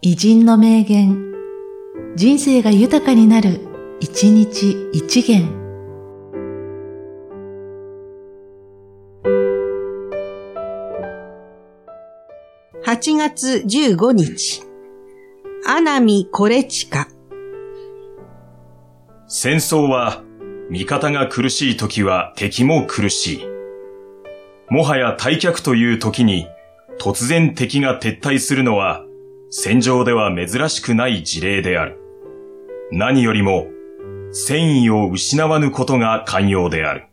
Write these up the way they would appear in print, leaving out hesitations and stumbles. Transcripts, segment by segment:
偉人の名言、人生が豊かになる、一日一元。 8月15日、阿南惟親。 戦争は、味方が苦しい時は敵も苦しい。もはや退却という時に、突然敵が撤退するのは、戦場では珍しくない事例である。何よりも、戦意を失わぬことが肝要である。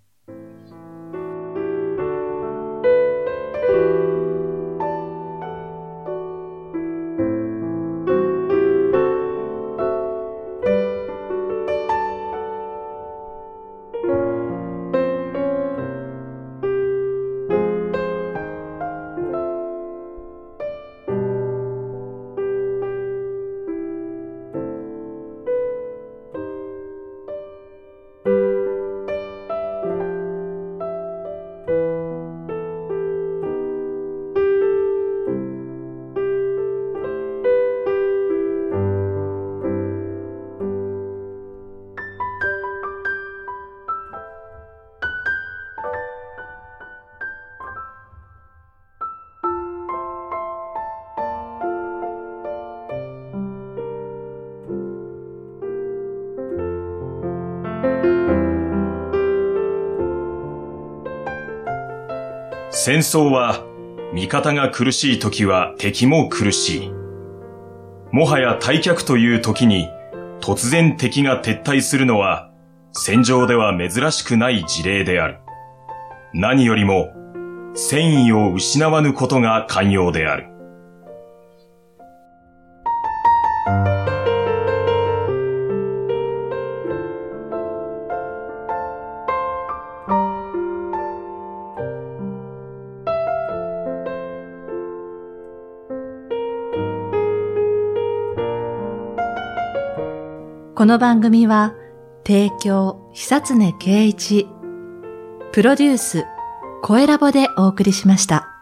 戦争は、味方が苦しい時は敵も苦しい。もはや退却という時に、突然敵が撤退するのは、戦場では珍しくない事例である。何よりも、戦意を失わぬことが肝要である。 この番組は、提供、久常圭一、プロデュース、声ラボでお送りしました。